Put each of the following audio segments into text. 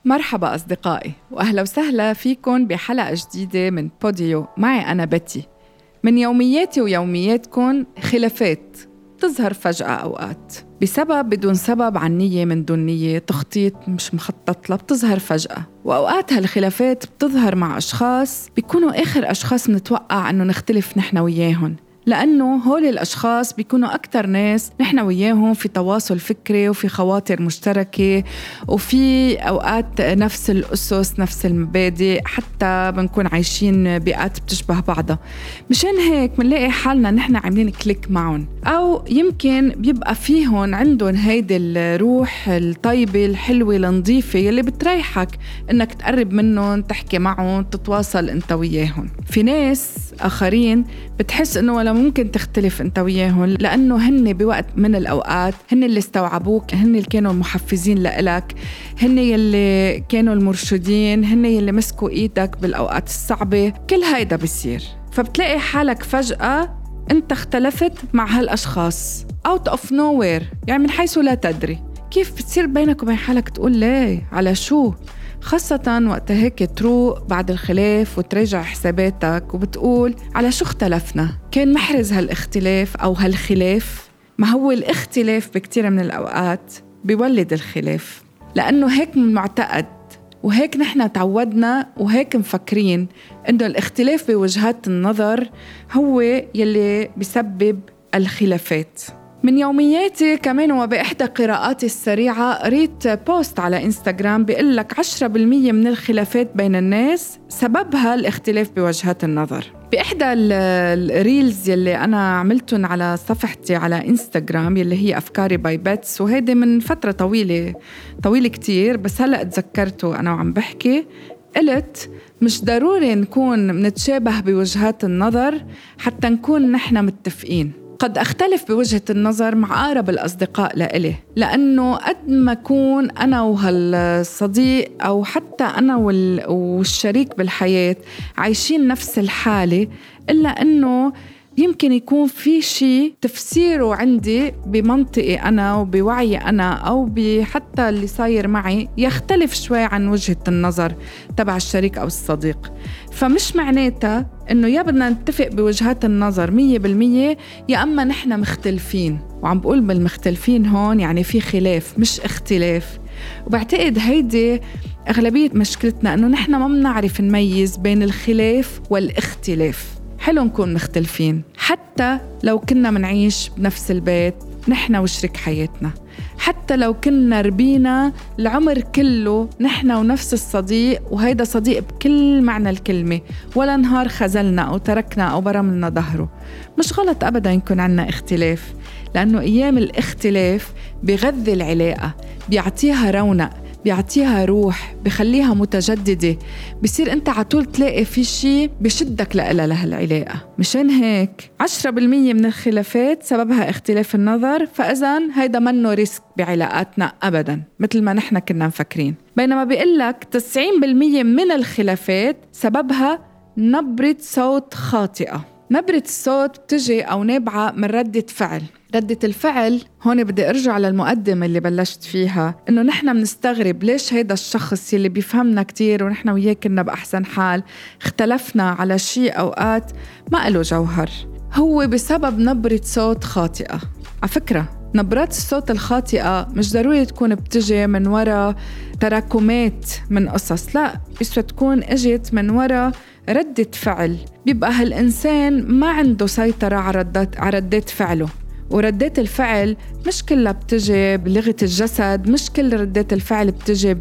مرحبا أصدقائي وأهلا وسهلا فيكن بحلقة جديدة من بوديو معي أنا بتي. من يومياتي ويومياتكن خلافات تظهر فجأة أوقات بسبب بدون سبب، عن نية من دون نية، تخطيط مش مخطط له، بتظهر فجأة. وأوقات هالخلافات بتظهر مع أشخاص بيكونوا آخر أشخاص نتوقع أنه نختلف نحن وياهن، لأنه هول الأشخاص بيكونوا أكتر ناس نحن وياهم في تواصل فكري وفي خواطر مشتركة وفي أوقات نفس الأسس نفس المبادئ، حتى بنكون عايشين بيئات بتشبه بعضها. مشان هيك منلاقي حالنا نحن عاملين كليك معهم، أو يمكن بيبقى فيهم عندهم هيدي الروح الطيبة الحلوة النظيفة يلي بتريحك إنك تقرب منهم، تحكي معهم، تتواصل أنت وياهم. في ناس آخرين بتحس إنه ولا ممكن تختلف أنت وياهم، لأنه هن بوقت من الأوقات هن اللي استوعبوك، هن اللي كانوا المحفزين لإلك، هن اللي كانوا المرشدين، هن اللي مسكوا إيدك بالأوقات الصعبة. كل هيدا بيصير، فبتلاقي حالك فجأة أنت اختلفت مع هالأشخاص out of nowhere، يعني من حيث لا تدري. كيف بتصير بينك وبين حالك تقول ليه؟ على شو؟ خاصة وقت هيك تروق بعد الخلاف وتراجع حساباتك وبتقول على شو اختلفنا؟ كان محرز هالاختلاف أو هالخلاف؟ ما هو الاختلاف بكتير من الأوقات بيولد الخلاف، لأنه هيك معتقد وهيك نحن تعودنا وهيك مفكرين إنه الاختلاف بوجهات النظر هو يلي بيسبب الخلافات. من يومياتي كمان وبإحدى قراءاتي السريعة قريت بوست على إنستغرام بيقول لك 10% من الخلافات بين الناس سببها الاختلاف بوجهات النظر. بإحدى الريلز يلي أنا عملتن على صفحتي على إنستغرام يلي هي أفكاري باي بيتس، وهيدي من فترة طويلة كتير، بس هلأ اتذكرته أنا وعم بحكي. قلت مش ضروري نكون منتشابه بوجهات النظر حتى نكون نحن متفقين. قد أختلف بوجهة النظر مع أقرب الأصدقاء لإلي، لأنه قد ما أكون أنا وهالصديق أو حتى أنا والشريك بالحياة عايشين نفس الحالة، إلا أنه يمكن يكون في شيء تفسيره عندي بمنطقي أنا وبوعي أنا أو بحتى اللي صاير معي يختلف شوي عن وجهة النظر تبع الشريك أو الصديق. فمش معناتها إنه يا بدنا نتفق بوجهات النظر 100% يا أما نحن مختلفين. وعم بقول بالمختلفين هون يعني في خلاف مش اختلاف. وبعتقد هيدي أغلبية مشكلتنا، إنه نحن ما بنعرف نميز بين الخلاف والاختلاف. حلو نكون مختلفين حتى لو كنا منعيش بنفس البيت نحن وشريك حياتنا، حتى لو كنا ربينا العمر كله نحن ونفس الصديق، وهيدا صديق بكل معنى الكلمة، ولا نهار خزلنا أو تركنا أو برملنا ظهره. مش غلط أبدا يكون عنا اختلاف، لأنه أيام الاختلاف بيغذي العلاقة، بيعطيها رونق، بيعطيها روح، بخليها متجددة، بصير أنت عطول تلاقي في شيء بشدك لهالعلاقة. مشان هيك 10% من الخلافات سببها اختلاف النظر، فإذن هيدا منه ريسك بعلاقاتنا أبدا مثل ما نحن كنا مفكرين. بينما بيقلك 90% من الخلافات سببها نبرة صوت خاطئة. نبرة الصوت بتجي أو نابعة من ردة فعل. ردة الفعل هون بدي أرجع للمقدمة اللي بلشت فيها، إنه نحن بنستغرب ليش هيدا الشخص اللي بيفهمنا كتير ونحن وياه كنا بأحسن حال اختلفنا على شيء أوقات ما له جوهر. هو بسبب نبرة صوت خاطئة. على فكرة نبرات الصوت الخاطئة مش ضروري تكون بتجي من وراء تراكمات من قصص، لا، بس تكون اجت من وراء ردة فعل. بيبقى هالإنسان ما عنده سيطرة على ردات فعله، وردات الفعل مش كلها بتجي بلغة الجسد، مش كل ردات الفعل بتجي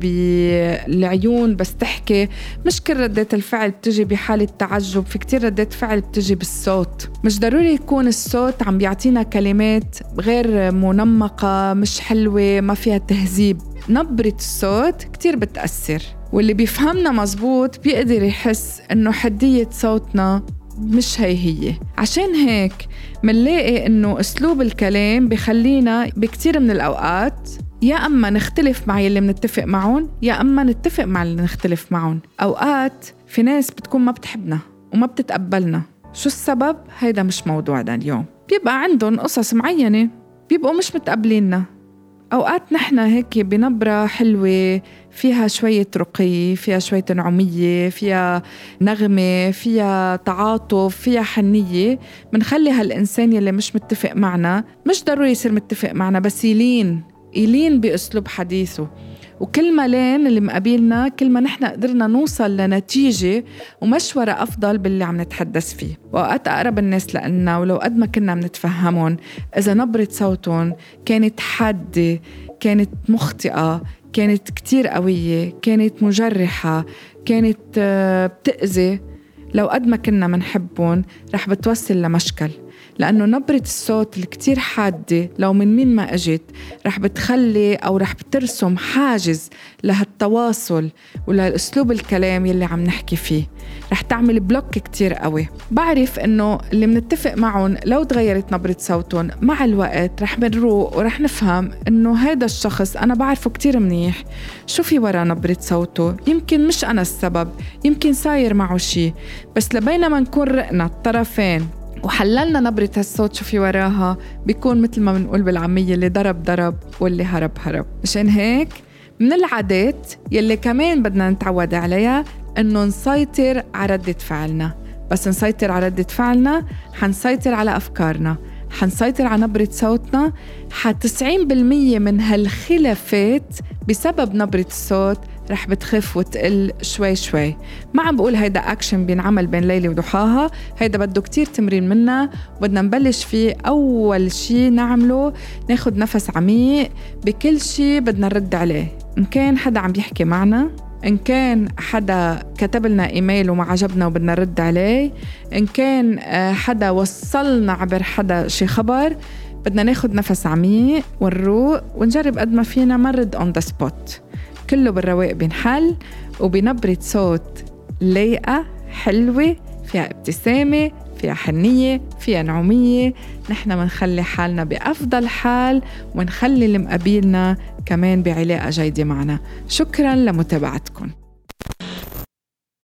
بالعيون بس تحكي، مش كل ردات الفعل بتجي بحالة تعجب، في كتير ردات فعل بتجي بالصوت. مش ضروري يكون الصوت عم بيعطينا كلمات غير منمقة مش حلوة ما فيها تهذيب. نبرة الصوت كتير بتأثر، واللي بيفهمنا مزبوط بيقدر يحس إنه حدية صوتنا مش هي. عشان هيك منلاقي إنه أسلوب الكلام بخلينا بكتير من الأوقات يا أما نختلف مع اللي منتفق معون يا أما نتفق مع اللي نختلف معون. أوقات في ناس بتكون ما بتحبنا وما بتتقبلنا. شو السبب؟ هيدا مش موضوعنا اليوم. بيبقى عندهم قصص معينة، بيبقوا مش متقبليننا أوقات نحن هيك بنبرة حلوة فيها شوية رقي، فيها شوية نعومية، فيها نغمة، فيها تعاطف، فيها حنية، منخلي هالإنسان يلي مش متفق معنا، مش ضروري يصير متفق معنا، بس يلين بأسلوب حديثه. وكل ما لين اللي مقابلنا كل ما نحن قدرنا نوصل لنتيجة ومشورة أفضل باللي عم نتحدث فيه. وأوقات أقرب الناس لأننا ولو قد ما كنا منتفهمهم، إذا نبرة صوتهم كانت حادة، كانت مخطئة، كانت كتير قوية، كانت مجرحة، كانت بتأذي، لو قد ما كنا منحبهم رح بتوصل لمشكل. لأنه نبرة الصوت الكتير حادة لو من مين ما أجت رح بتخلي أو رح بترسم حاجز لهالتواصل وللأسلوب الكلام يلي عم نحكي فيه، رح تعمل بلوك كتير قوي. بعرف إنه اللي منتفق معهم لو تغيرت نبرة صوتهم مع الوقت رح بنروق ورح نفهم إنه هيدا الشخص أنا بعرفه كتير منيح، شو في ورا نبرة صوته، يمكن مش أنا السبب، يمكن صاير معه شي، بس لبينما نكون رقنا الطرفين وحللنا نبرة هالصوت شو في وراها، بيكون مثل ما بنقول بالعامية اللي ضرب واللي هرب. مشان هيك من العادات يلي كمان بدنا نتعود عليها إنه نسيطر على ردة فعلنا. بس نسيطر على ردة فعلنا حنسيطر على أفكارنا، حنسيطر على نبرة صوتنا. 90% من هالخلافات بسبب نبرة الصوت رح بتخف وتقل شوي. ما عم بقول هيدا أكشن بينعمل بين ليلة وضحاها، هيدا بده كتير تمرين منا، بدنا نبلش فيه. أول شي نعمله ناخد نفس عميق بكل شي بدنا نرد عليه، إن كان حدا عم بيحكي معنا، إن كان حدا كتب لنا إيميل وما عجبنا وبدنا نرد عليه، إن كان حدا وصلنا عبر حدا شي خبر، بدنا ناخد نفس عميق ونروق ونجرب قد ما فينا ما نرد on the spot. كله بالرواق بنحل وبنبرة صوت لايقة حلوة فيها ابتسامة، فيها حنية، فيها نعومية. نحن منخلي حالنا بأفضل حال ونخلي اللي مقابلنا كمان بعلاقة جيدة معنا. شكراً لمتابعتكم.